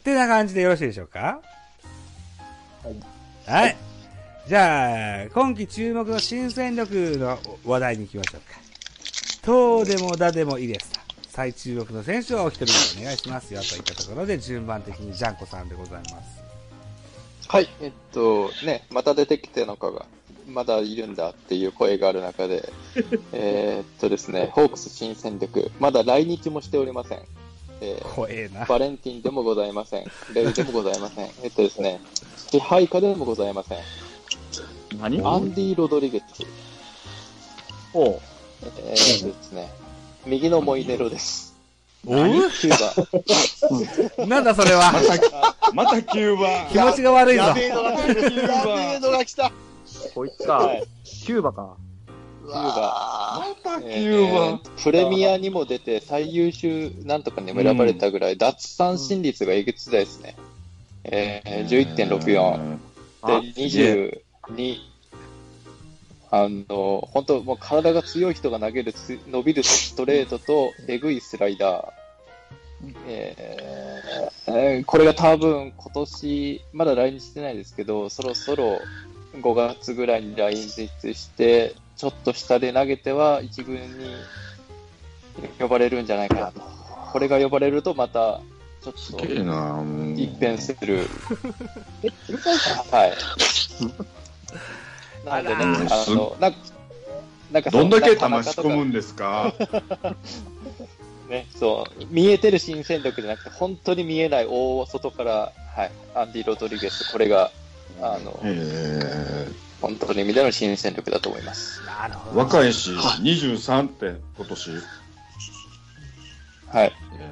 ってな感じでよろしいでしょうか？ はい。 はい。じゃあ、今季注目の新戦力の話題に行きましょうか。どうでもだでもいいですと。最注目の選手をお一人お願いしますよといったところで、順番的にジャンコさんでございます。 はい。ね、また出てきてるのかが、まだいるんだっていう声がある中で、ですね、ホークス新戦力、まだ来日もしておりません。 怖えな。 バレンティンでもございません。レイでもございません。ですね、支配下でもございません。 何？ アンディ・ロドリゲス。 ほう。ですね、右のモイネロです。 おう 9番。 なんだそれは。 また9番。 気持ちが悪いぞ。 やべえのが来た。 こいつか。キューバか。 9番。また9番。 プレミアにも出て最優秀なんとかにも選ばれたぐらい、奪三振率がえげつないですね。11.64。で、22。本当もう体が強い人が投げる伸びるストレートとえぐいスライダー。これが多分今年、まだ来日してないですけど、そろそろ5月ぐらいに来日して、ちょっと下で投げては一軍に呼ばれるんじゃないかなと。これが呼ばれるとまた、ちょっと一変する。はい。なんでね、なんかどんだけ玉仕込むんですか？ ね、そう、見えてる新戦力じゃなくて、本当に見えない大外から、はい、アンディ・ロドリゲス、これが、本当の意味での新戦力だと思います。 なるほど。 若いし、23って今年。 はい。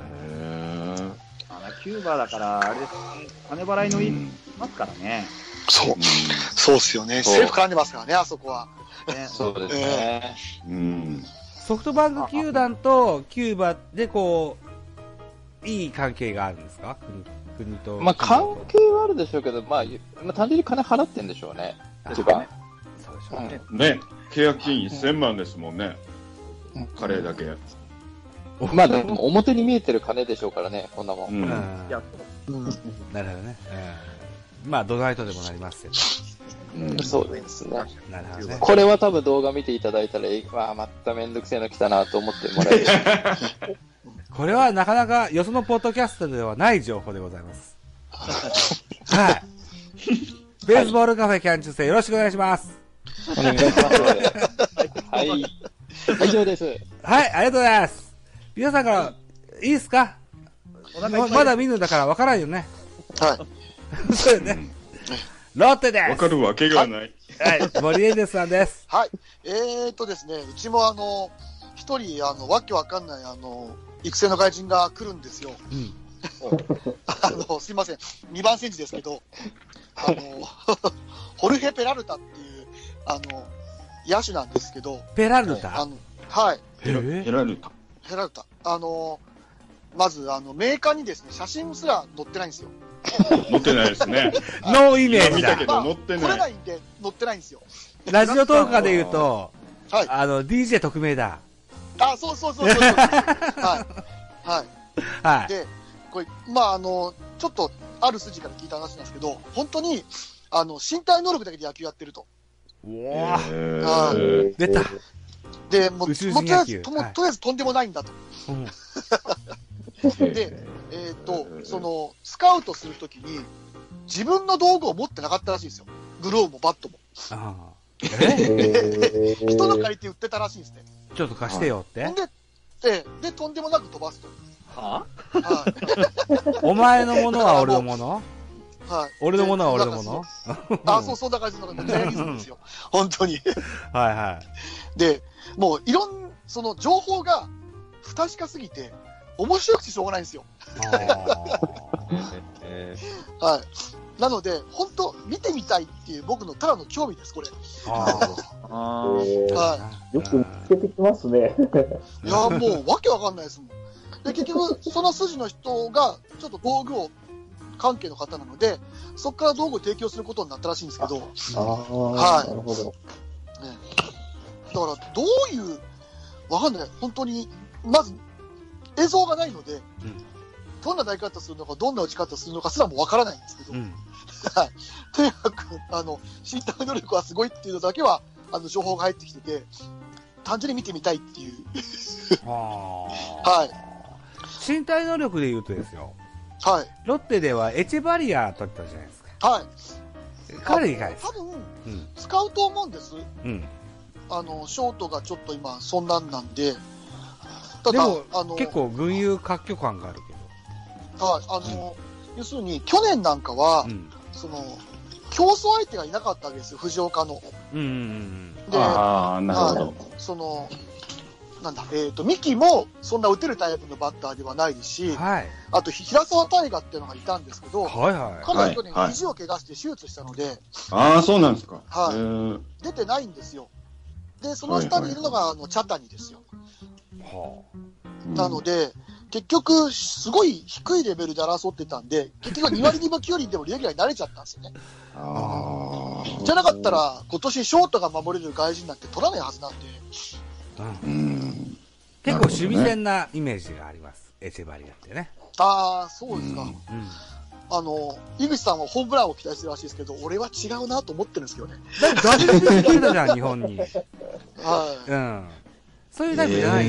キューバだから、あれですね、金払いのいますからね。 そうっすよね。セーフ絡んでますからね、あそこは。 そうですね。 ソフトバンク球団とキューバでこう、いい関係があるんですか？国と。 まあ関係はあるでしょうけど、まあ単純に金払ってんでしょうね。一番。 そうでしょうね。 ね、契約金1000万ですもんね。カレーだけ。 まあでも表に見えてる金でしょうからね、こんなもん。 なるほどね。まあドナイトでもなりますよ。 そうですね。 なるほどね。 これは多分動画見ていただいたら、まためんどくせえの来たなと思ってもらえる。 これはなかなかよそのポッドキャストではない情報でございます。はい。ベースボールカフェキャン中世よろしくお願いします。 お願いします。はい。以上です。 はい、ありがとうございます。皆さんから、いいですか？まだ見るんだからわからんよね。 はい。 そうよね。ロッテです。 わかるわけがない。 はい、森エンデスさんです。 はい。ですね、うちも一人、わけわかんない、育成の外人が来るんですよ。すいません。2番戦時ですけど、ホルヘ・ペラルタっていう、野手なんですけど。 ペラルタ？ はい。 ペラルタ。 ペラルタ。まず、メーカーにですね、写真すら載ってないんですよ。 載ってないですね。 ノーイメージだ。 見たけど載ってない。 来れないんで載ってないんですよ。 ラジオトーカーで言うと、 はい。 DJ 特命だ。 あ、そう。はい。はい。 はい。 で、これ、まあ、ちょっと、ある筋から聞いた話なんですけど、本当に、身体能力だけで野球やってると。 うわぁ。出た。 で、もう、とりあえずとんでもないんだと。で、スカウトするときに、自分の道具を持ってなかったらしいんですよ。グローブもバットも。人の借りて売ってたらしいんですね。 ちょっと貸してよって。 で、とんでもなく飛ばすと。 はぁお前のものは俺のもの？ はい。 俺のものは俺のもの？ そんな感じのジャイアリズムですよ。本当に。 はいはい。 で、もうその情報が不確かすぎて、面白くてしょうがないんですよ。はい。なので、本当見てみたいっていう僕のただの興味です、これ。 はい。よく見つけてきますね。 いや、もうわけわかんないですもん。で、結局、その筋の人が、ちょっと道具を、関係の方なので、そこから道具を提供することになったらしいんですけど。はい。なるほど。だから、どういう、わかんない。本当に、まず、映像がないので、 どんな投げ方するのか、どんな打ち方するのかすらもわからないんですけど、 うん。 はい。とにかく、身体能力はすごいっていうのだけは、情報が入ってきてて、単純に見てみたいっていう。 ははい。 身体能力で言うとですよ。 はい。 ロッテではエチェバリア取ったじゃないですか。 はい。 彼以外です。 多分、 うん。 使うと思うんです。 うん。 ショートがちょっと今、そんなんで、ただ、 でも、結構群雄割拠感があるけど。 はい、要するに、去年なんかは、 うん。 競争相手がいなかったわけですよ、藤岡の。 うんうんうんで、 ああ、なるほど。 なんだ、三木もそんな打てるタイプのバッターではないですし、 はい。 あと、平沢大河っていうのがいたんですけど、 はいはい。 彼は去年はい肘を怪我して手術したので、 ああ、そうなんですか。 はいへー出てないんですよ。で、その下にいるのが、茶谷ですよ。 はなので、結局、すごい低いレベルで争ってたんで、結局2割2分9厘でもレギュラーになれちゃったんですよね。 ああ。 じゃなかったら、今年ショートが守れる外人なんて取らないはずなんで、 あ。うん。 うん。 結構守備戦なイメージがあります。エチェバリアってね。 ああ、そうですか。 うんうん。 井口さんはホームランを期待してるらしいですけど、俺は違うなと思ってるんですけどね。 ダルビッシュ好きだじゃん、日本に。 はい。 うん。そういうタイプじゃない。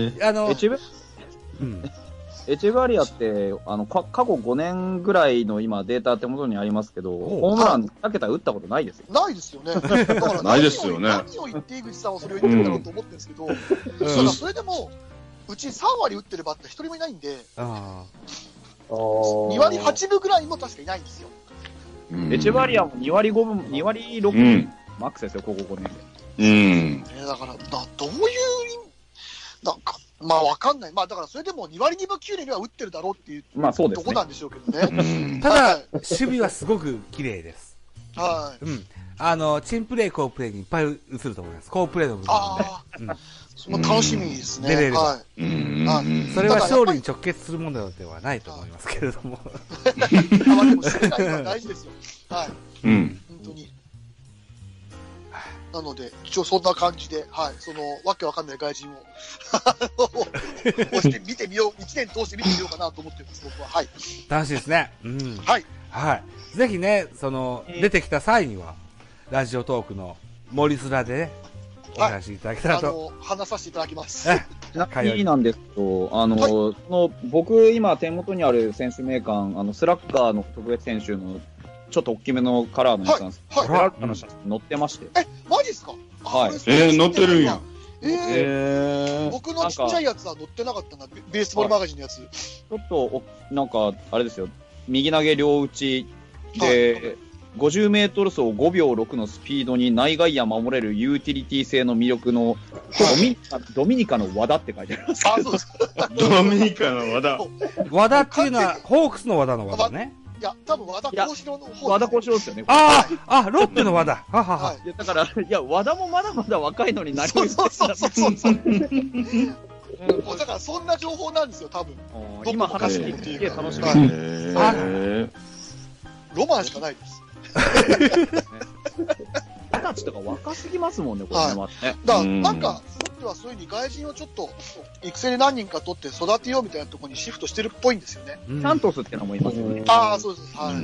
うん。 エチェバリアって過去5年ぐらいの今データ手元にありますけど、 おホームラン2桁打ったことないですよ。 ないですよね。だからないですよね何を言って井口さんはそれを言ってるんだろうと思ってるんですけど、ただそれでも、うち3割打ってるバッター1人もいないんで、 あ 2割8分ぐらいも確かいないんですよ。 エチェバリアも2割5分、2割6 う分、 ん。 マックスですよ、ここ5年で。 うん。 だから、どういう意味、なんか、まあわかんない。まあだからそれでも2割2分9厘には打ってるだろうっていうまあそうですね。 とこなんでしょうけどね。 うんあ。たはだ、守備はすごく綺麗です。 はい。 うん。チンプレー、コープレーにいっぱい映ると思います。コープレーの部分ああ、 で。 その楽しみですね。 出れるはうんはいそれは勝利に直結するものではないと思いますけれども。 い。まあでも、守備が今大事ですよ。はい。 うん。 本当に。なので、一応そんな感じで、はい、わけわかんない外人を、押して見てみよう、1年通して見てみようかなと思ってます、僕は。はい。 楽しいですね。うん。 はい。 はい。ぜひね、出てきた際には、ラジオトークの森面でね、お話しいただけたらと。 話させていただきます。 えちなみになんですけど、僕、今、手元にある選手名鑑、スラッガーの特別選手の、ちょっと大きめのカラーのやつなんですけど、 はいペラッタの写真載ってまして。 マジですか？ はい載ってるんや。 僕のちっちゃいやつは載ってなかったな、ベースボールマガジンのやつ。 ちょっと、なんか、あれですよ、右投げ両打ちで、50メートル走5秒6のスピードに内外野守れるユーティリティ性の魅力のドミニカの和田って書いてあります。 あ、そうですか。 ドミニカの和田。 和田っていうのは、ホークスの和田の和田ね。 いや、多分和田幸四郎の方。 和田幸四郎ですよね。 あ、ロッテの和田。ははは。 はい。 いや、だから、いや、和田もまだまだ若いのに何を言ってそうもうだからそんな情報なんですよ、多分。 今話聞いてすげえ楽しみ。 ロマンしかないです。 二十歳とか若すぎますもんね、これね。 だから、なんか、ロッテはそういうふうに外人をちょっと、育成で何人か取って育てようみたいなところにシフトしてるっぽいんですよね。 サントスってのもいますよね。 ああ、そうです。はい。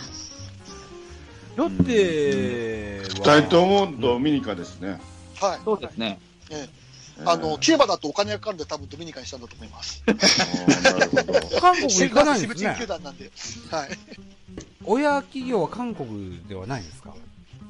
ロッテ二人ともドミニカですね。 はい。 そうですね。 キューバだとお金がかかるんで多分ドミニカにしたんだと思います。 なるほど。 韓国行かないんですね。 渋鎮球団なんで。はい。 親企業は韓国ではないんですか？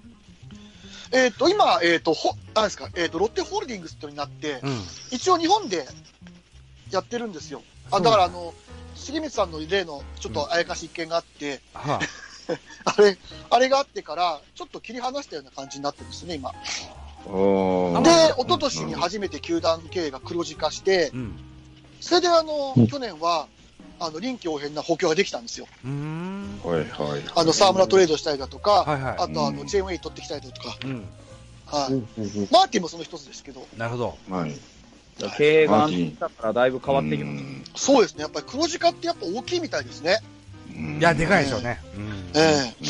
今、なんですか、ロッテホールディングスとになって、一応日本でやってるんですよ。だから重光さんの例のちょっとあやかし一件があって、あれがあってから、ちょっと切り離したような感じになってるんですね、今。で、一昨年に初めて球団経営が黒字化して、それで去年は、臨機応変な補強ができたんですよ。沢村トレードしたりだとか、あとチェーンウェイ取ってきたりだとか、マーティンもその一つですけど。 なるほど。 経営が安定したからだいぶ変わってきます。 そうですね。やっぱり黒字化ってやっぱ大きいみたいですね。 いや、でかいでしょうね。 なるほどね。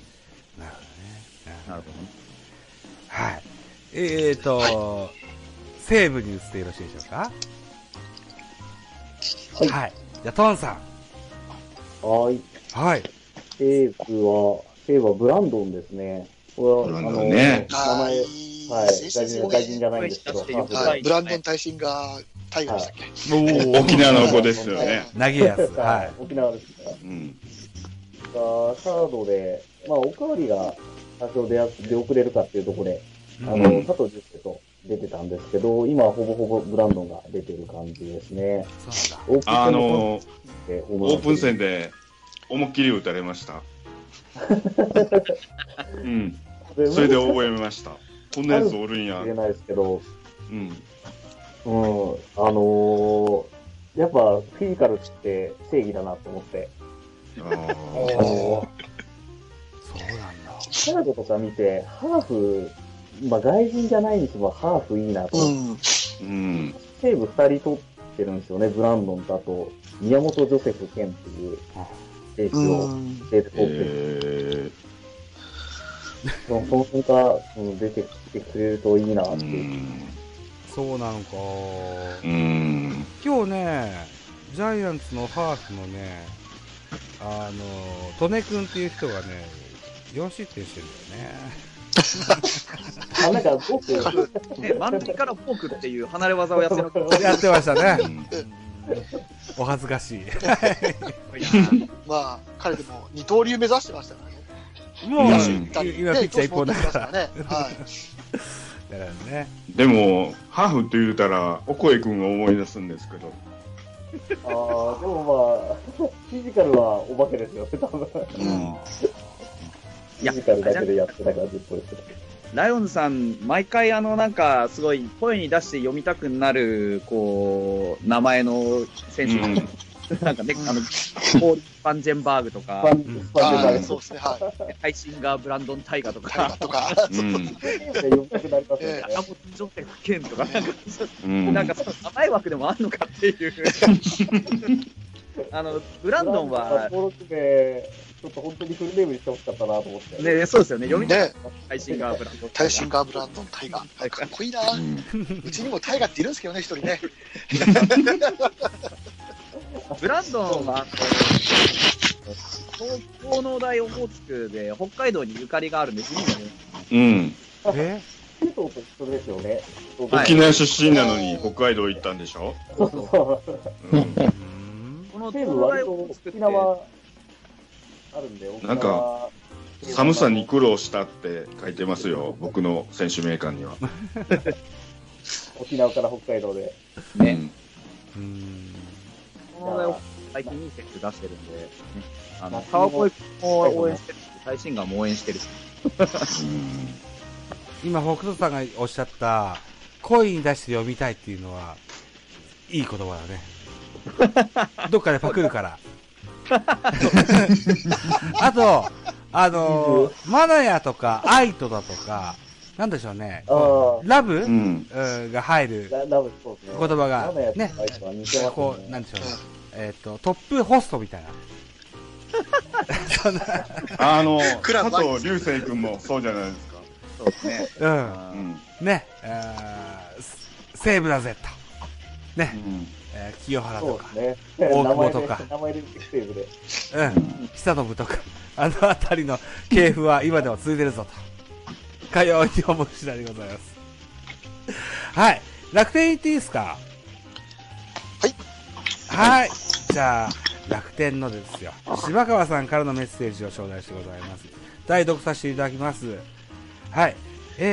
なるほどね。 はい。西武に移ってよろしいでしょうか？はい。じゃあ、トンさん。 はい。 はい。 西武はブランドンですね。これは、 ブランドンね。 名前、はい、外人じゃないんですけど、 はい、ブランドン大臣がタイガーでしたっけ、沖縄の子ですよね。 投げやつ。はい。 沖縄ですね。うん。サードで、まあ、おかわりが多少出遅れるかっていうところで、佐藤十介と出てたんですけど、今はほぼほぼブランドンが出てる感じですね。 オープン戦で思いっきり打たれました。うん。それで覚えました。こんなやつおるんや。 言えないですけど、やっぱフィジカルって正義だなと思って。そうなんだ。サードとか見て、ハーフ、まあ外人じゃないにしてもハーフいいなと。西武2人取ってるんですよね、ブランドンとあと、宮本ジョセフ・ケンっていう選手を取ってる。その辺が出てきてくれるといいなっていう。 そうなのか。今日ね、ジャイアンツのハーフのね、利根君っていう人がね、4失点してるんだよね。 なんかフォーク、満塁からフォークっていう離れ技をやってましたね。お恥ずかしい。 まあ、彼でも二刀流目指してましたからね。 もう、今ピッチャー一本だからね。はい。だからね。 でも、ハーフって言うたら、オコエ君を思い出すんですけど。 でもまあ、フィジカルはお化けですよね、多分。フィジカルだけでやってたからずっとですけど。 ライオンズさん、毎回なんか、すごい声に出して読みたくなる、こう、名前の選手なんかね、ポール・ファンジェンバーグとか、 そうですね、はい。 ハイシンガー・ブランドン・タイガーとか、 読みたくなりますね。 山本ジョセフ・ケンとか、なんかその甘い枠でもあんのかっていう。ブランドンは、 登録で、ちょっと本当にフルネームにしてほしかったなと思って。 ね、そうですよね、読みたい。ハイシンガー・ブランドン。 ハイシンガー・ブランドン・タイガー。かっこいいな。うちにもタイガーっているんですけどね、一人ね。 ブランドンは、東京農大オホーツクで北海道にゆかりがあるんですよね。 関東と一緒ですよね。 沖縄出身なのに北海道行ったんでしょ。 そうそう。この西武割と沖縄あるんで、 なんか寒さに苦労したって書いてますよ、僕の選手名鑑には。 沖縄から北海道で。 ね。最近いい選手出してるんで、川越も応援してるし、最新がも応援してるし。 今、北斗さんがおっしゃった、声に出して読みたいっていうのは、いい言葉だね。どっかでパクるから。あと、マナヤとか、アイトだとか、なんでしょうね。ラブ、が入る言葉が、ね。こう、なんでしょうね。トップホストみたいな。 加藤流星君もそうじゃないですか。 そうですね。 ね。西武だぜと。ね。清原とか、大久保とか、久信とか、あのあたりの系譜は今でも続いてるぞと。かように思う次第でございます。はい。楽天行っていいですか？はい。じゃあ、楽天のですよ。柴川さんからのメッセージを頂戴してございます。代読させていただきます。はい。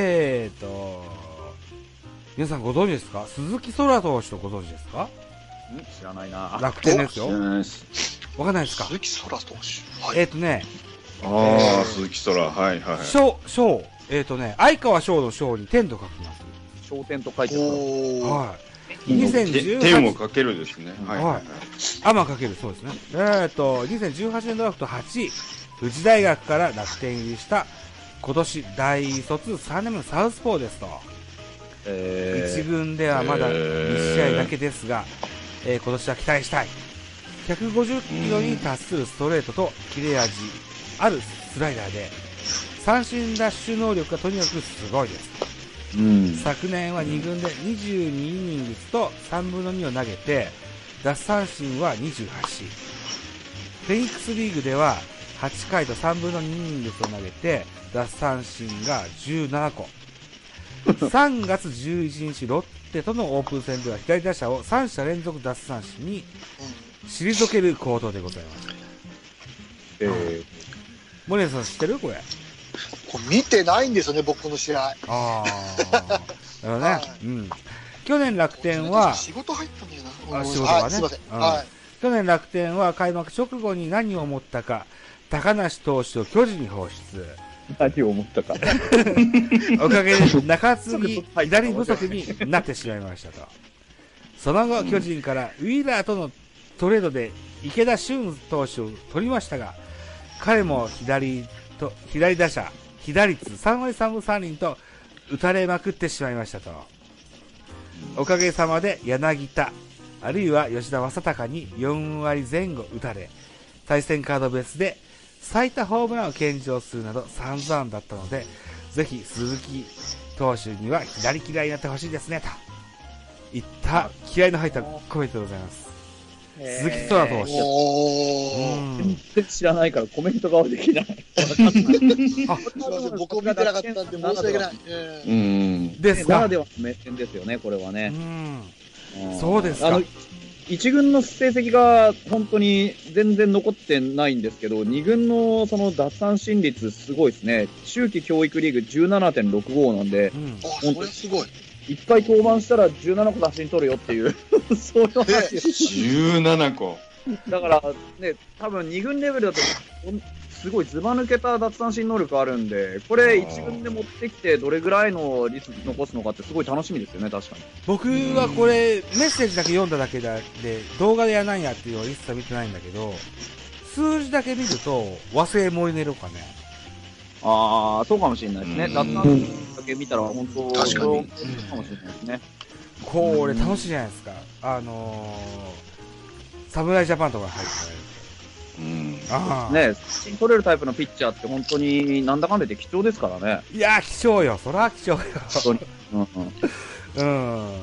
皆さんご存知ですか？鈴木空投手とご存知ですか？ 知らないな。 楽天ですよ。わかんないですか？ 鈴木空投手。 鈴木空、はいはい。 翔、相川翔の翔に天と書きます。 翔天と書いてある。 はい。2018 天をかけるですね。 はい。天かける、そうですね。2018年ドラフト8位、富士大学から楽天入りした、今年大卒3年目のサウスポーですと。1軍ではまだ2試合だけですが、今年は期待したい。150キロに達するストレートと切れ味あるスライダーで、三振ダッシュ能力がとにかくすごいです。昨年は2軍で22イニングスと3分の2を投げて、奪三振は28。 フェニックスリーグでは8回と3分の2イニングを投げて、奪三振が17個。3月11日ロッテとのオープン戦では左打者を3者連続奪三振に退ける好投でございます。森田さん知ってるこれ。 これ見てないんですよね、僕の試合。 ああ。なるほどね。 はいうん。去年楽天は、 仕事入ったんだよな。 仕事がね。 はい、すいません。 うんはい。 去年楽天は開幕直後に何を思ったか、高梨投手を巨人に放出。 何を思ったか。 おかげで中継ぎ左不足になってしまいましたと。その後、巨人からウィーラーとのトレードで池田俊投手を取りましたが、彼も左打者、被打率3割3分3厘と打たれまくってしまいましたと。おかげさまで柳田、あるいは吉田正尚に4割前後打たれ、対戦カードベースで最多ホームランを献上するなど散々だったので、ぜひ鈴木投手には左嫌いになってほしいですね、といった気合の入ったコメントでございます。鈴木空投手。 全然知らないからコメントができない。 すいません、僕も見てなかったんで申し訳ない。 ですか。 ならではの目線ですよね、これはね。 そうですか。 一軍の成績が本当に全然残ってないんですけど、二軍のその奪三振率すごいですね。秋季教育リーグ 17.65 なんで、 それすごい。 1回登板したら17個奪三振取るよっていう、そういう話です。 17個。 だからね、多分2軍レベルだと、すごいずば抜けた奪三振能力あるんで、これ1軍で持ってきてどれぐらいの率残すのかってすごい楽しみですよね、確かに。 僕はこれ、メッセージだけ読んだだけで、動画でやらないやっていうのは一切見てないんだけど、数字だけ見ると、和製モイネロかね。 ああ、そうかもしれないですね。奪三振だけ見たら本当、 確かに。 かもしれないですね。 これ楽しいじゃないですか。侍ジャパンとか入ってね、取れるタイプのピッチャーって本当になんだかんだで貴重ですからね。 いやー、貴重よ。そら貴重よ。 本当に。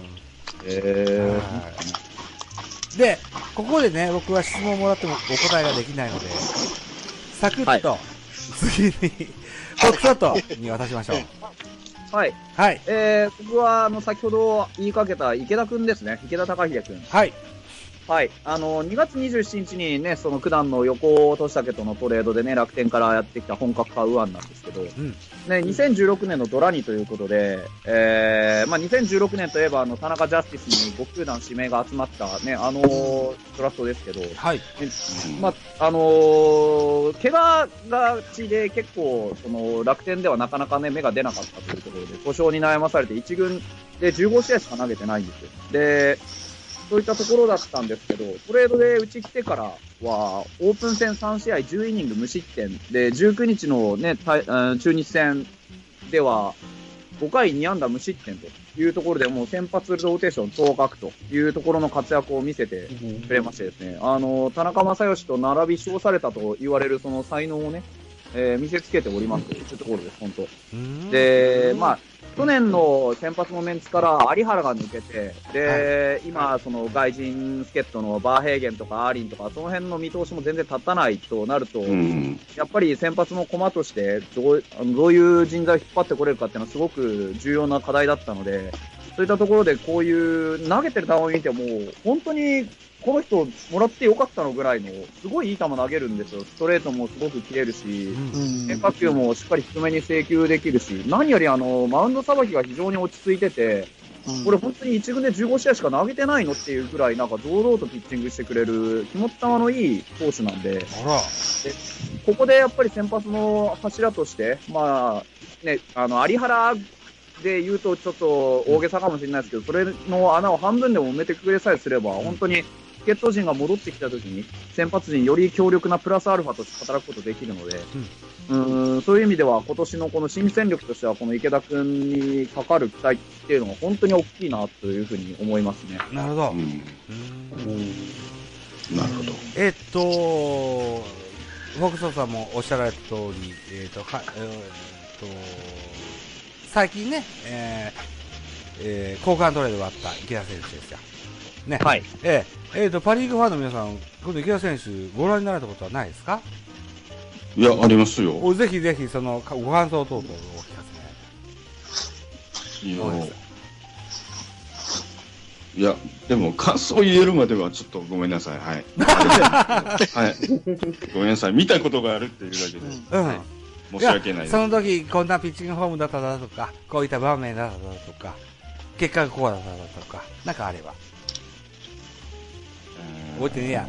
で、ここでね、僕は質問もらってもお答えができないので、サクッと、次に、北里に渡しましょう。 はい。 はい。 僕は、先ほど言いかけた池田くんですね。池田貴秀くん。 はい。 はい。2月27日にね、その九段の横尾俊武とのトレードでね、楽天からやってきた本格派右腕なんですけど、ね、2016年のドラ2ということで、2016年といえば、田中ジャスティスに5球団指名が集まったね、ドラフトですけど、 はい。 怪我がちで結構、楽天ではなかなかね、芽が出なかったというところで、故障に悩まされて1軍で15試合しか投げてないんですよ。で、そういったところだったんですけど、トレードでうち来てからは、オープン戦3試合10イニング無失点で、19日のね、中日戦では、5回2安打無失点というところで、もう先発ローテーション当確というところの活躍を見せてくれましてですね、田中将大と並び称されたと言われるその才能をね、見せつけておりますというところです、本当。で、去年の先発のメンツから有原が抜けて、で、今、その外人助っ人のバーヘーゲンとかアーリンとか、その辺の見通しも全然立たないとなると、やっぱり先発の駒としてどういう人材を引っ張ってこれるかっていうのはすごく重要な課題だったので、そういったところでこういう投げてる球を見ても、本当にこの人もらってよかったのぐらいの、すごいいい球投げるんですよ。ストレートもすごく切れるし、変化球もしっかり低めに制球できるし、何よりマウンドさばきが非常に落ち着いてて、これ本当に1軍で15試合しか投げてないのっていうぐらい、なんか堂々とピッチングしてくれる、気持ち球のいい投手なんで、ここでやっぱり先発の柱として、有原で言うとちょっと大げさかもしれないですけど、それの穴を半分でも埋めてくれさえすれば、本当に助っ人陣が戻ってきたときに、先発陣より強力なプラスアルファとして働くことできるので、そういう意味では今年のこの新戦力としては、この池田君にかかる期待っていうのが本当に大きいなというふうに思いますね。 なるほど。 なるほど。 北斗さんもおっしゃられた通り、最近ね、交換トレードがあった池田選手ですよ。 ね。 はい。 パリーグファンの皆さん、この池田選手、ご覧になられたことはないですか？ いや、ありますよ。 ぜひぜひ、その、ご感想等々をお聞かせいや、でも、感想言えるまではちょっとごめんなさい。はい。はい。ごめんなさい。見たことがあるっていうだけで。はい、申し訳ないです。 その時、こんなピッチングフォームだっただとか、こういった場面だっただとか、結果がこうだっただとか、なんかあれば。覚えてねえや。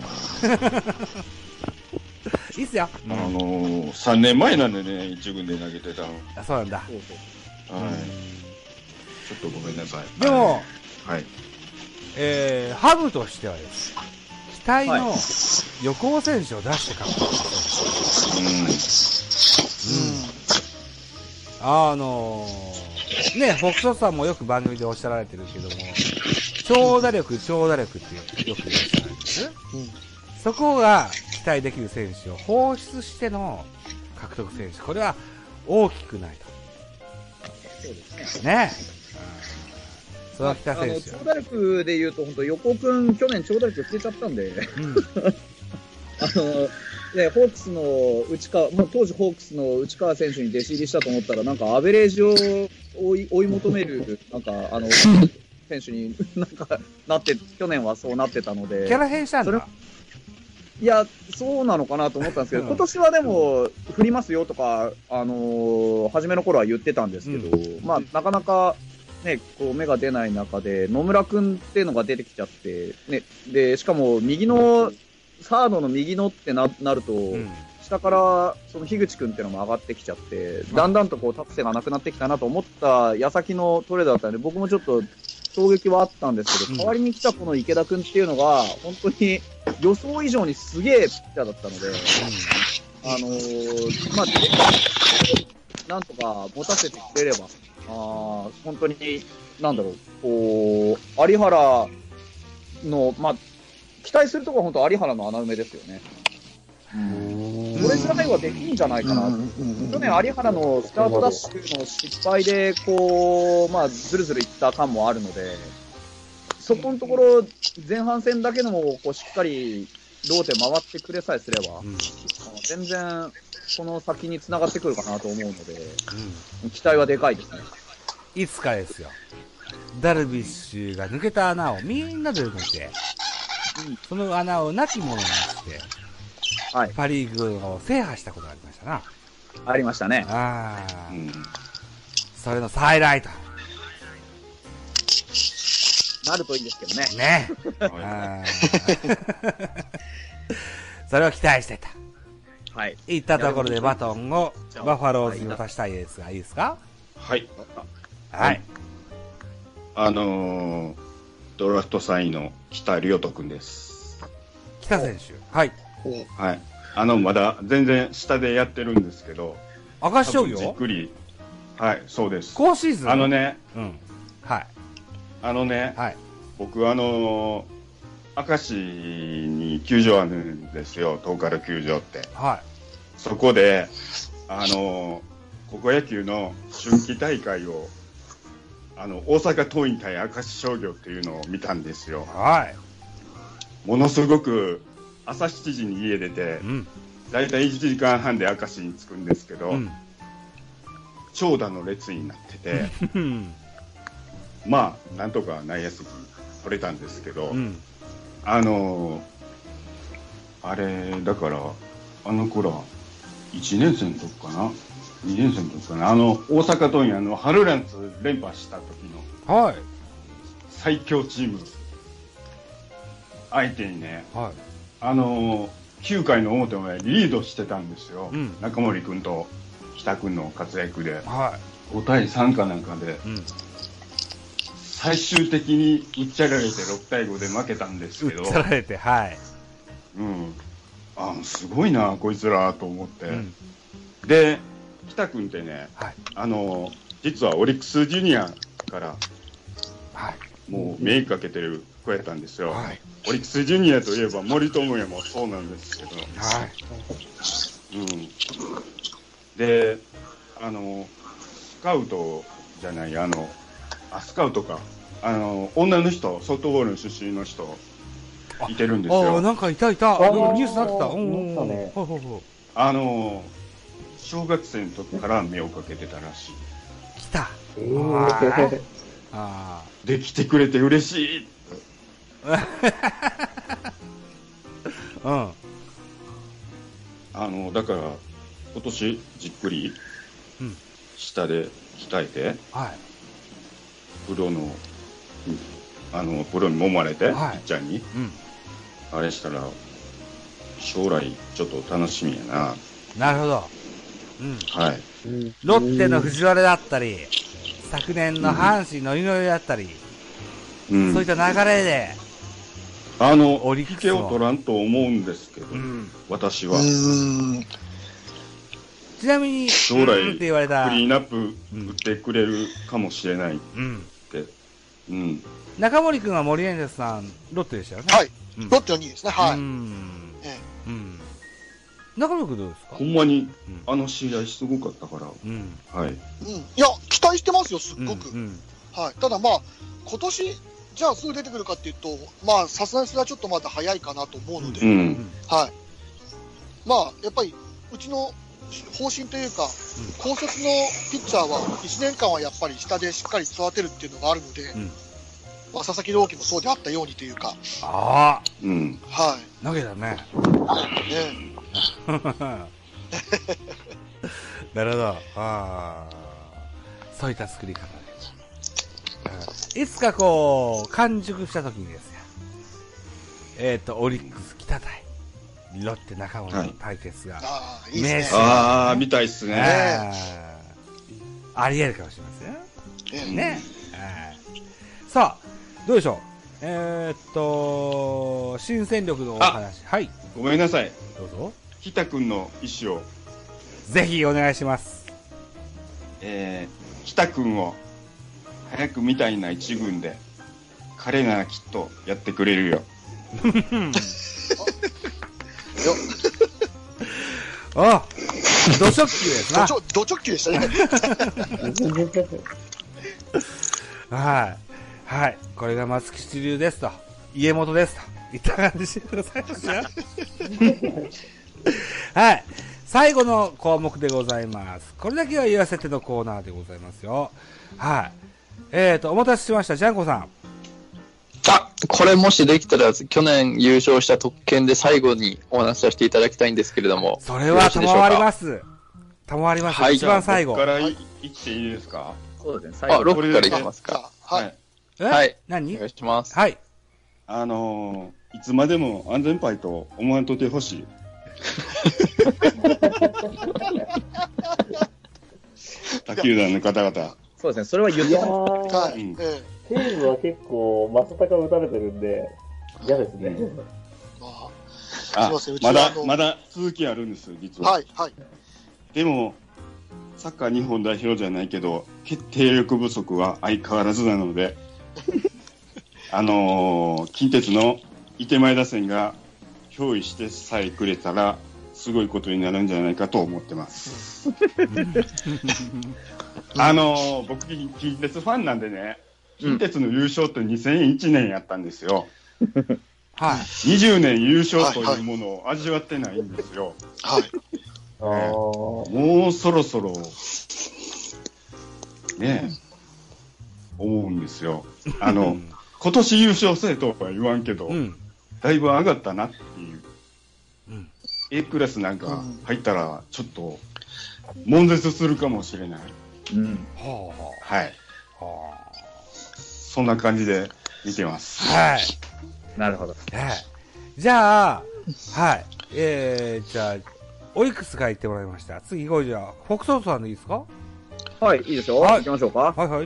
いいっすよ。 3年前なんでね、一軍で投げてたの。 あ、そうなんだ。はい。 ちょっとごめんなさい。 でも、 はい。 ハムとしてはです。期待の横尾選手を出して獲得したね、フォックスさんもよく番組でおっしゃられてるけども、長打力ってよくおっしゃられてるんです。そこが期待できる選手を放出しての獲得選手、これは大きくないと。 そうですね。ね。その北選手。 長打力で言うと、本当横尾くん、去年長打力捨てちゃったんで、ね、ホークスの内川、当時ホークスの内川選手に弟子入りしたと思ったら、なんかアベレージを追い求める、なんか選手になって、去年はそうなってたので。 キャラ変したんだ。 いや、そうなのかなと思ったんですけど、今年はでも、振りますよとか、初めの頃は言ってたんですけど、なかなか、ね、こう、芽が出ない中で、野村くんっていうのが出てきちゃって、ね、で、しかも、サードの右のってなると、下から、その樋口くんっていうのも上がってきちゃって、だんだんとこう、立つ瀬がなくなってきたなと思った矢先のトレードだったので、僕もちょっと、衝撃はあったんですけど、代わりに来たこの池田くんっていうのが、本当に予想以上にすげえピッチャーだったので、なんとか持たせてくれれば、本当に、なんだろう、こう、有原の、期待するところは本当有原の穴埋めですよね。それぐらいはできるんじゃないかな。去年有原のスタートダッシュの失敗で、こう、ずるずるいった感もあるので、そこのところ、前半戦だけでも、こう、しっかり、ローテ回ってくれさえすれば、全然、この先に繋がってくるかなと思うので、期待はでかいですね。 いつかですよ。ダルビッシュが抜けた穴をみんなで埋めて、その穴をなきものにして、パリーグを制覇したことがありましたな。 ありましたね。 それの再来と。 なるといいんですけどね。 ね。それを期待してた。 はい。 いったところでバトンをバファローズに渡したいですが、いいですか？ はい。 はい。 ドラフト3位の北亮斗くんです。 北選手。はい。 はい。まだ全然下でやってるんですけど。 明石商業？ じっくり。はい、そうです。 今シーズン？はい。 はい。僕明石に球場あるんですよ、東海球場って。 はい。 そこで、高校野球の春季大会を、大阪桐蔭対明石商業っていうのを見たんですよ。 はい。 ものすごく朝7時に家出て、だいたい1時間半で明石に着くんですけど、長蛇の列になってて、なんとか内野席取れたんですけど、あれ、だから、頃、1年生の時かな ?2 年生の時かな大阪桐蔭、春ランツ連覇した時の、最強チーム、相手にね、9回の表までリードしてたんですよ。中森君と北君の活躍で、5対3かなんかで、最終的に打っちゃられて6対5で負けたんですけど。 打っちゃられて、はい。 すごいな、こいつらと思って。で、北君ってね、実はオリックスジュニアから、もう目かけてる子やったんですよ。オリックスジュニアといえば森友哉もそうなんですけど。で、スカウトじゃない、スカウトか。 女の人、ソフトボールの出身の人、いてるんですよ。 なんかいた。ニュースなってた。 小学生の時から目をかけてたらしい。 来た。 できてくれて嬉しい。だから今年じっくり下で鍛えて、プロに揉まれて、ピッチャーに、あれしたら将来ちょっと楽しみやな。 なるほど。ロッテの藤原だったり、昨年の阪神の井上だったり、そういった流れで、 引けを取らんと思うんですけど、私は。 ちなみに、 将来、 って言われたクリーンアップ打ってくれるかもしれないって。 中森君は森エンゼルスさん、ロッテでしたよね。 はい。ロッテの2位ですね。はい。 中森君どうですか？ ほんまに、試合すごかったから。はい。 いや、期待してますよ、すっごく。はい。ただまあ、今年、じゃあすぐ出てくるかっていうと、まあ、さすがにそれはちょっとまだ早いかなと思うので、はい。まあ、やっぱり、うちの方針というか、高卒のピッチャーは、1年間はやっぱり下でしっかり育てるっていうのがあるので、まあ、佐々木朗希もそうであったようにというか。 はい。 投げたね。なるほど。そういった作り方で。いつかこう、完熟した時にですよ。オリックス北対ロッテ中森の対決が、 見たいっすね。 あり得るかもしれませんよ。ね。さあ、どうでしょう。新戦力のお話。はい。 ごめんなさい。 どうぞ。 北くんの意思を。 ぜひお願いします。 北くんを早く見たいな一軍で、彼ならきっとやってくれるよ。 あ、ド直球ですな。 ド直球でしたね。 はい。これが松吉流ですと。家元ですと。いった感じでございますよ。はい。最後の項目でございます。これだけは言わせてのコーナーでございますよ。はい。お待たせしました。ジャンコさん。 これもしできたら、去年優勝した特権で最後にお話しさせていただきたいんですけれども。 それは賜ります。賜ります。一番最後。 ここからいっていいですか？ そうですね。最後。6からいきますか。 はい。 何？ お願いします。 はい。 いつまでも安全牌と思わんとってほしい。他球団の方々。 そうですね、それは言ってます。 はい。西武は結構、正隆打たれてるんで、嫌ですね。 まだ続きあるんです、実は。でも、サッカー日本代表じゃないけど、決定力不足は相変わらずなので、近鉄の伊手前打線が憑依してさえくれたら、すごいことになるんじゃないかと思ってます。僕、近鉄ファンなんでね、近鉄の優勝って2001年やったんですよ。20年優勝というものを味わってないんですよ。もうそろそろ、ね、思うんですよ。今年優勝せえとは言わんけど、だいぶ上がったなっていう。A クラスなんか入ったら、ちょっと、悶絶するかもしれない。はい。そんな感じで見てます。 はい。 なるほど。 じゃあ、はい。じゃあ、オリックスから言ってもらいました。次、じゃあ、フォックソートさんでいいですか？ はい、いいですよ。行きましょうか。 はい。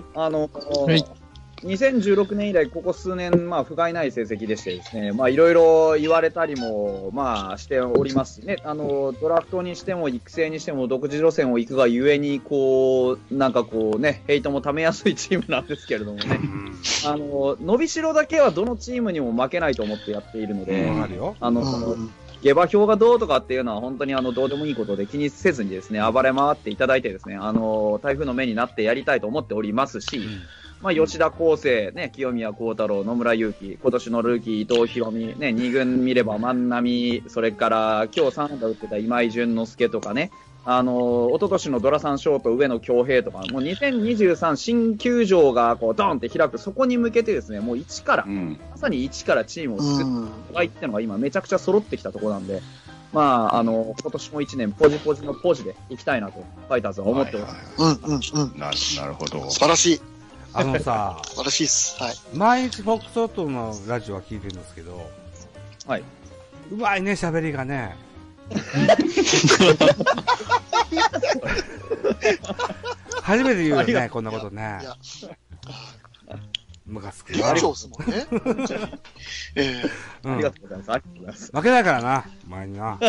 2016年以来、ここ数年、不甲斐ない成績でしてですね、いろいろ言われたりも、しておりますしね、ドラフトにしても育成にしても独自路線を行くがゆえに、ヘイトもためやすいチームなんですけれどもね、伸びしろだけはどのチームにも負けないと思ってやっているので、下馬評がどうとかっていうのは本当にどうでもいいことで気にせずにですね、暴れ回っていただいてですね、台風の目になってやりたいと思っておりますし、 まあ、吉田康生、ね、清宮幸太郎、野村祐希、今年のルーキー、伊藤博美、ね、2軍見れば万波、それから今日3安打打ってた今井淳之介とかね、一昨年のドラサンショート上野恭平とか、もう2023新球場がこうドンって開く、そこに向けてですね、もう一から、まさに一からチームを作ってっていうのが今めちゃくちゃ揃ってきたところなんで、まあ、今年も1年ポジポジのポジでいきたいなと、ファイターズは思ってます。 なるほど。 素晴らしい。 さ、 素晴らしいです。はい。 毎日フォックストロットのラジオは聞いてるんですけど、 はい。 うまいね、喋りがね。初めて言うよね、こんなことね。ムカつく。 ありがとうございます。 ありがとうございます。 負けないからな、前にな。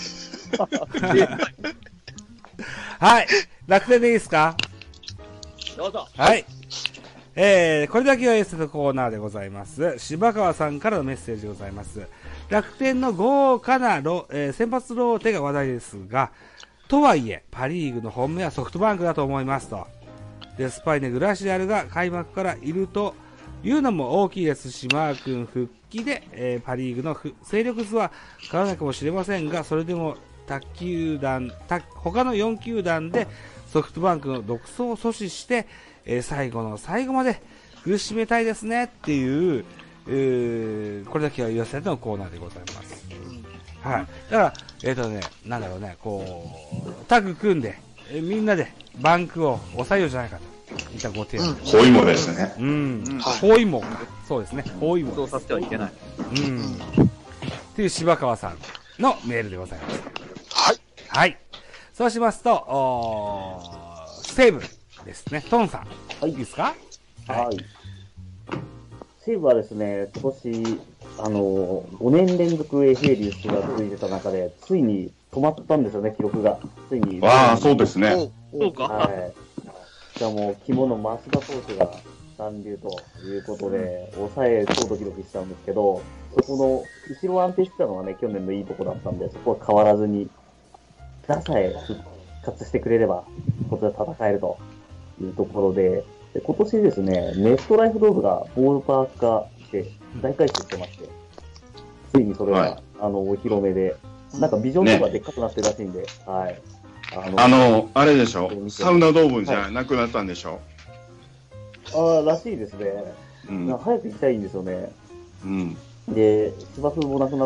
はい。楽天でいいですか？ どうぞ。 はい。これだけはエースのコーナーでございます。柴川さんからのメッセージでございます。楽天の豪華な先発ローテが話題ですが、とはいえ、パリーグの本命はソフトバンクだと思いますと。デスパイネ、グラシアルが開幕からいるというのも大きいですし、マー君復帰で、パリーグの勢力図は変わらないかもしれませんが、それでも他の4球団でソフトバンクの独走を阻止して、最後の最後まで苦しめたいですねっていう、これだけは言わせてのコーナーでございます。はい。だから、なんだろうね、こう、タッグ組んで、みんなでバンクを抑えようじゃないかといったご提案。 包囲網ですね。 包囲網か。そうですね。包囲網。 そうさせてはいけない。 っていう柴川さんのメールでございます。 はい。 はい。そうしますと、西武ですね。トンさん。はい。いいですか？ はい。西武はですね、今年、5年連続 FA 流出が続いてた中で、ついに止まったんですよね、記録が。ついに。 ああ、そうですね。 そうか。 はい。しかも、肝の増田投手が残留ということで、抑え超ドキドキしたんですけど、そこの、後ろ安定してたのがね、去年のいいとこだったんで、そこは変わらずに、打さえ復活してくれれば、こちら戦えるというところで、今年ですね、ネットライフドームがボールパーク化して大改修してまして、ついにそれが、お披露目で、なんかビジョンとかでっかくなってるらしいんで、はい。 あれでしょ、サウナドームじゃなくなったんでしょ。 らしいですね。早く行きたいんですよね。で、芝生もなくなって、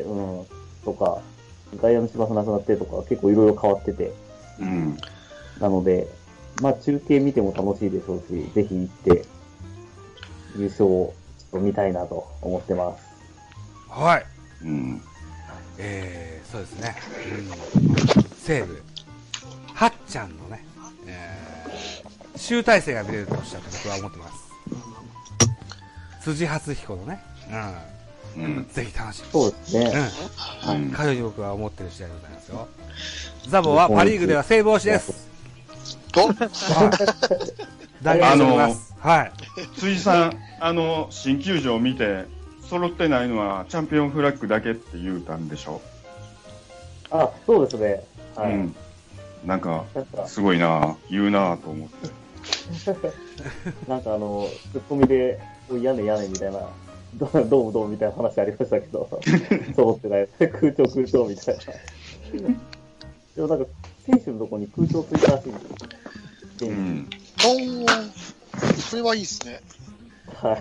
とか、外野の芝生なくなってとか、結構いろいろ変わってて、なので、まあ中継見ても楽しいでしょうし、ぜひ行って、優勝をちょっと見たいなと思ってます。 はい。そうですね。西武、はっちゃんのね、集大成が見れるとおっしゃって僕は思ってます。辻初彦のね、ぜひ楽しみ。 そうですね。 彼女に僕は思ってる次第でございますよ。ザボはパリーグでは西武推しです。大変しております。はい。 辻さん、新球場を見て、揃ってないのはチャンピオンフラッグだけって言うたんでしょ？ そうですね。はい。 なんか、すごいな、言うなと思って。 なんかツッコミで、屋根みたいな、どうみたいな話ありましたけど、揃ってない。空調みたいな。でもなんか、選手のとこに空調ついたらしいんですよ。 それはいいですね。 はい。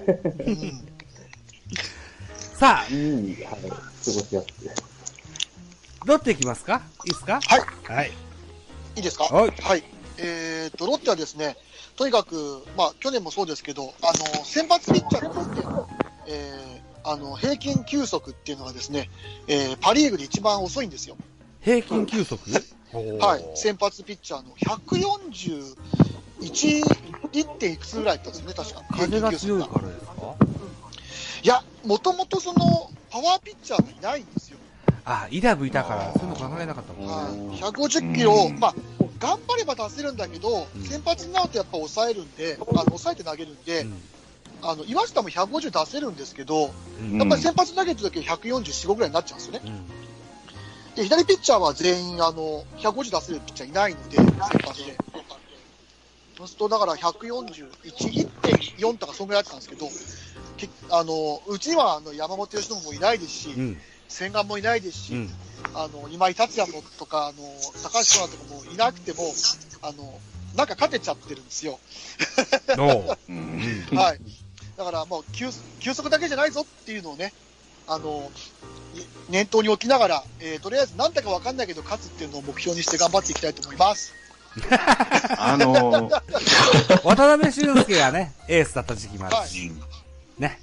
さあ、 過ごしやすいです。 ロッテいきますか？いいですか？ はい。 はい。 いいですか？ はい。 はい。ロッテはですね、とにかく、まあ、去年もそうですけど、先発ピッチャーのロッテ、平均球速っていうのがですね、パリーグで一番遅いんですよ。 平均球速？ はい。先発ピッチャーの141、1. いくつぐらいだったんですよね、確か。 風が強いからですか？ いや、もともとその、パワーピッチャーがいないんですよ。 イラブいたから、そういうの考えなかったもんね。150キロ、まあ、頑張れば出せるんだけど、先発になるとやっぱ抑えるんで、抑えて投げるんで、岩下も150出せるんですけど、やっぱり先発投げてるときは144、5ぐらいになっちゃうんですよね。で、左ピッチャーは全員、150出せるピッチャーいないので、先発で。 そうするとだから141、1.4 とかそんぐらいあったんですけど、うちには山本由伸もいないですし、千賀もいないですし、今井達也もとか高橋光成とかもいなくてもなんか勝てちゃってるんですよ。はい。だからもう球速だけじゃないぞっていうのをね、念頭に置きながら、とりあえず何だか分かんないけど勝つっていうのを目標にして頑張っていきたいと思います。 渡辺俊介がね、エースだった時期もあるし、ね。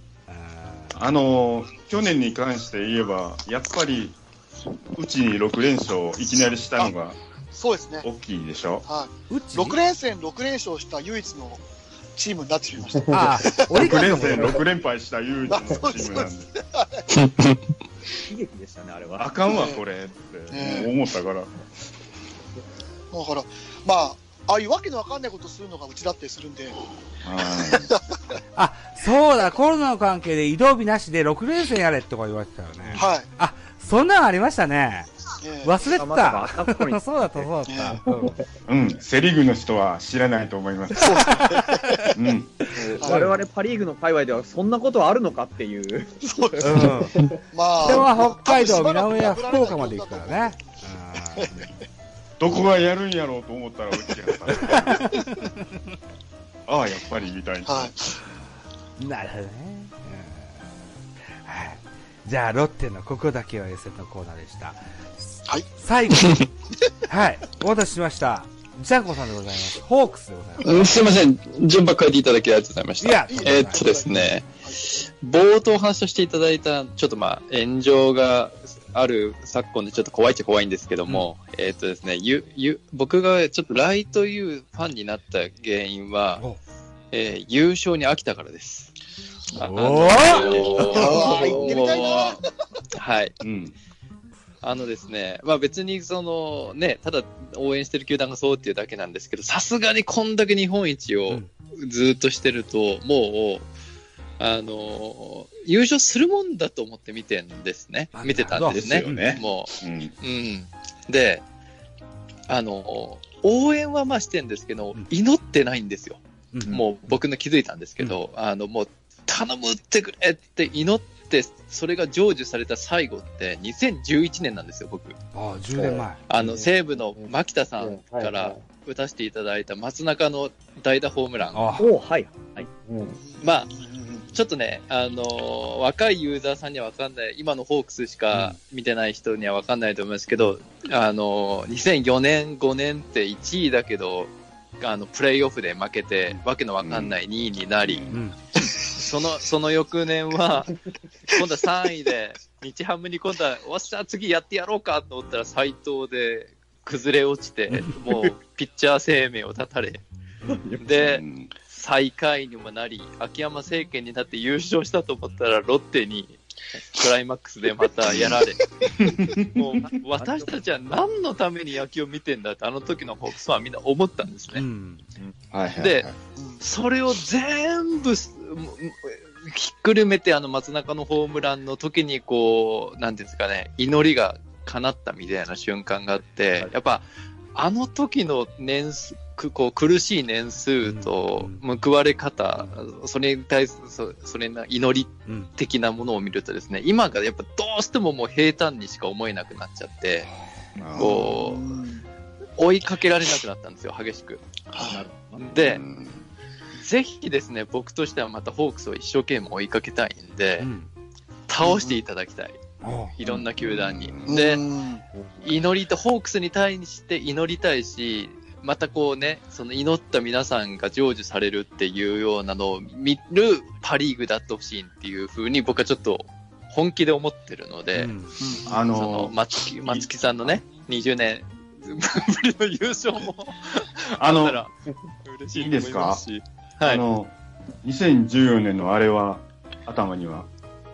去年に関して言えば、やっぱりうちに6連勝いきなりしたのがそうですね。 大きいでしょ。 はい。6連勝した唯一のチームになってしまいました。 6連戦6連敗した唯一のチームなんで。 悲劇でしたね、あれは。 あかんわこれって思ったから。 だからまあああいうわけのわかんないことするのがうちだったりするんで。 あ、そうだ、コロナの関係で移動日なしで6連戦やれとか言われてたよね。 はい。 あ、そんなのありましたね。忘れてた。そうだった、そうだった。 セリーグの人は知らないと思います。 我々パリーグの界隈ではそんなことはあるのかっていう。 そうです。 まあ、人は北海道、南や福岡まで行くからね。 どこがやるんやろうと思ったらうちやった。ああ、やっぱりみたいな。 なるほどね。じゃあ、ロッテのここだけは SN のコーナーでした。 はい。 最後に、はい、お待たせしました。ジャンコさんでございます。ホークスでございます。 すいません。順番変えていただきありがとうございました。 いや、 ですね、冒頭話していただいた、ちょっと炎上がある昨今でちょっと怖いっちゃ怖いんですけども、ですね、僕がちょっとライト U ファンになった原因は、優勝に飽きたからです。 言ってみたいな。 はい。ですね、別にただ応援してる球団がそうっていうだけなんですけど、さすがにこんだけ日本一をずっとしてると、 もう、優勝するもんだと思って見てたんですね。もう。で、応援はしてんですけど、祈ってないんですよ。もう僕の気づいたんですけど、もう頼むってくれって祈って、それが成就された最後って2011年なんですよ、僕。 10年前。 西武の牧田さんから打たせていただいた松中の代打ホームラン。ちょっとね、若いユーザーさんには分かんない、今のホークスしか見てない人には分かんないと思いますけど、2004年、5年って1位だけど、プレイオフで負けて、わけのわかんない2位になり、その翌年は、今度は3位で、日ハムに今度は、おっしゃ、次やってやろうかと思ったら、斉藤で崩れ落ちて、もう、ピッチャー生命を絶たれ、で、最下位にもなり、秋山政権になって優勝したと思ったら、ロッテに、クライマックスでまたやられ、もう私たちは何のために野球を見てんだって、あの時のホークスはみんな思ったんですね。で、それを全部ひっくるめて、松中のホームランの時になんていうんですかね、祈りが叶ったみたいな瞬間があって、やっぱあの時の苦しい年数と報われ方、それに対するそれな祈り的なものを見るとですね、今がやっぱどうしてももう平坦にしか思えなくなっちゃって、追いかけられなくなったんですよ、激しく。で、ぜひですね、僕としてはまたホークスを一生懸命追いかけたいんで、倒していただきたい。いろんな球団に。で、祈りと、ホークスに対して祈りたいし、またその祈った皆さんが成就されるっていうようなのを見るパリーグだってほしいっていうふうに僕はちょっと本気で思ってるので、松木さんのね、20年ぶりの優勝もあったら嬉しいと思いますし。 いいですか？はい。2014年のあれは頭には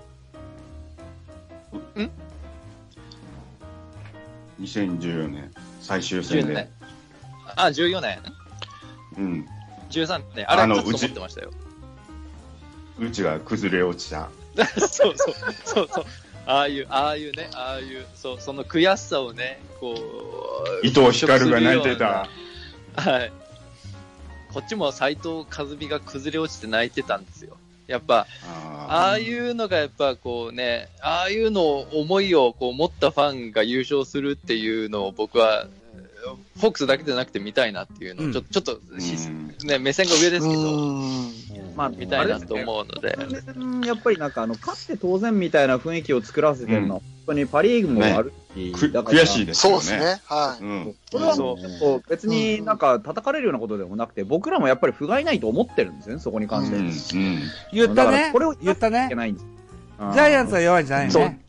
2014年最終戦で。 14年。13年。あれ勝つと思ってましたよ。 うちが崩れ落ちた。 そう。ああいう、その悔しさをね、 伊藤光が泣いてた。 はい。 こっちも斎藤和美が崩れ落ちて泣いてたんですよ。やっぱ、ああいうのがやっぱこうね、ああいうのを思いをこう持ったファンが優勝するっていうのを僕は、フォックスだけじゃなくて見たいなっていうのを、ちょっと、ね、目線が上ですけど、まあ見たいなと思うので。 やっぱりなんか勝って当然みたいな雰囲気を作らせてるのは、本当にパリーグもあるし、 悔しいですよね。 そうですね。はい。 これは別になんか叩かれるようなことでもなくて、僕らもやっぱり不甲斐ないと思ってるんですよね、そこに関して。 言ったね。 これを言ったね。 ジャイアンツは弱いんじゃないのね。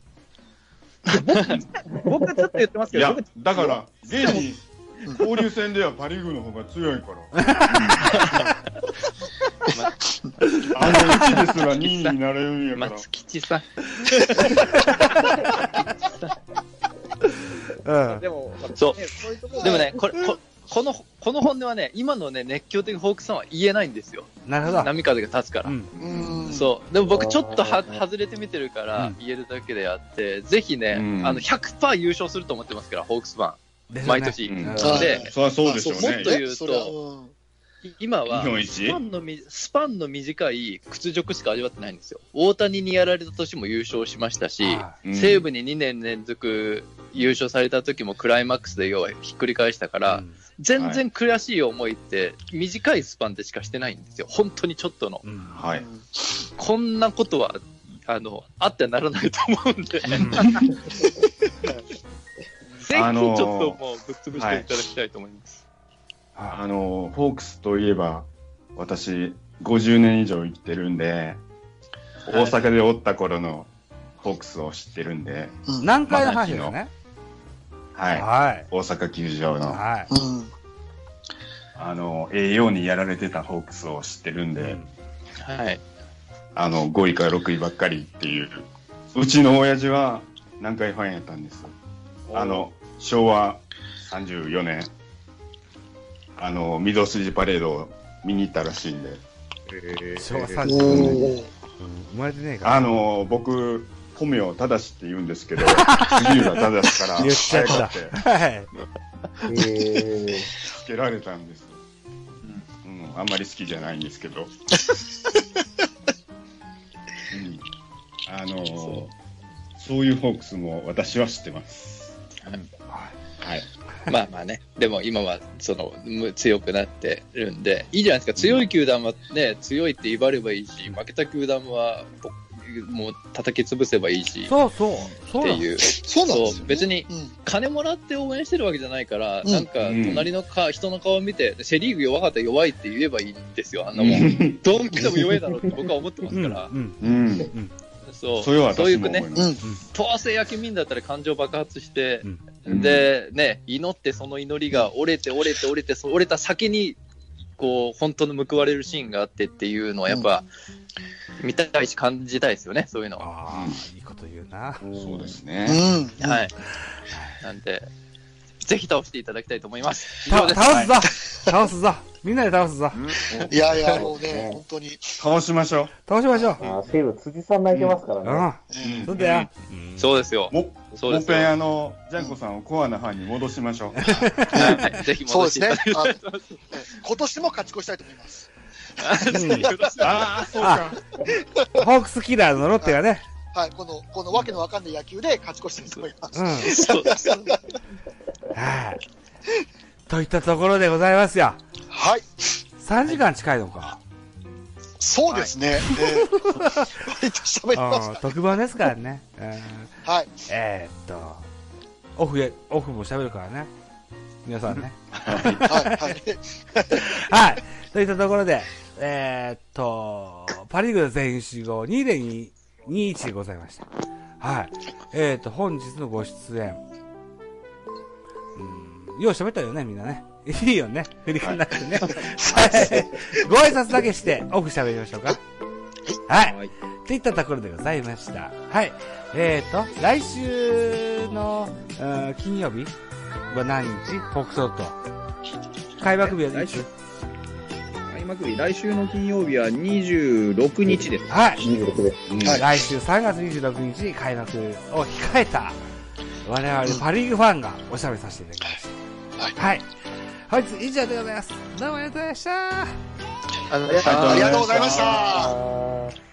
僕はちょっと言ってますけど、 だから、現に交流戦ではパ・リーグの方が強いから。1ですら2位になれるんやから。 松吉さん。 でも、 そう。でもね、この本音はね、今のね、熱狂的ホークスさんは言えないんですよ。 なるほど。 波風が立つから。そう。でも僕ちょっと外れてみてるから言えるだけであって、ぜひね、100% 優勝すると思ってますから、ホークスファン。毎年。 で、そりゃそうでしょうね。 もっと言うと、今はスパンの短い屈辱しか味わってないんですよ。大谷にやられた年も優勝しましたし、西武に2年連続優勝された時もクライマックスで要はひっくり返したから、全然悔しい思いって短いスパンでしかしてないんですよ。本当にちょっとの。こんなことはあってはならないと思うんで。ぜひちょっともうぶっ潰していただきたいと思います。 フォークスといえば、私、50年以上行ってるんで、大阪でおった頃のフォークスを知ってるんで。 南海の話ですね。 はい。大阪球場の。栄養にやられてたフォークスを知ってるんで、5位から6位ばっかりっていう。うちの親父は南海ファンやったんです。昭和34年。御堂筋パレードを見に行ったらしいんで。 昭和34年。生まれてねえか。 僕、本名正って言うんですけど、杉浦正から言っちゃった。 つけられたんです。あんまり好きじゃないんですけど。そういうフォークスも私は知ってます。 はい。まあまあね、でも今は強くなってるんで、いいじゃないですか。強い球団はね、強いって威張ればいいし、負けた球団はもう叩き潰せばいいし、っていう。 そうなんですよ。 別に金もらって応援してるわけじゃないから、なんか隣の人の顔を見て、セリーグ弱かったら弱いって言えばいいんですよ。あんなもん。どんくでも弱いだろうって僕は思ってますから。そういうね、どうせ野球見んだったら感情爆発して、で、ね、祈ってその祈りが折れた先に、こう、本当の報われるシーンがあってっていうのはやっぱ、見たいし感じたいですよね、そういうの。 いいこと言うな。 そうですね。 はい。なんで、ぜひ倒していただきたいと思います。 倒すぞみんなで倒すぞ。 いやいや、もうね、本当に。 倒しましょう。 西武辻さん泣いてますからね。 そうだよ。 そうですよ。 もっぺんジャンコさんをコアなファンに戻しましょう。ぜひ戻していただきたい。 今年も勝ち越したいと思います。 そうか。 ホークスキラーのロッテがね。 はい、このわけのわかんない野球で勝ち越したいと思います。 はい。といったところでございますよ。 はい。 3時間近いのか。 そうですね。割と喋りました。 特番ですからね。 はい。 オフも喋るからね。皆さんね。はい。といったところで、パリーグの全員集合 2.21 でございました。はい。本日のご出演。よう喋ったよね、みんなね。いいよね。振り返んなくてね。はい。ご挨拶だけして、オフ喋りましょうか。はい。といったところでございました。はい。来週の、金曜日は何日？フォークソート。開幕日はいつ？ 来週の金曜日は26日です。 はい。 26です。 来週3月26日に開幕を控えた、我々パリーグファンがおしゃべりさせていただきました。はい。 本日以上でございます。どうもありがとうございました。 ありがとうございました。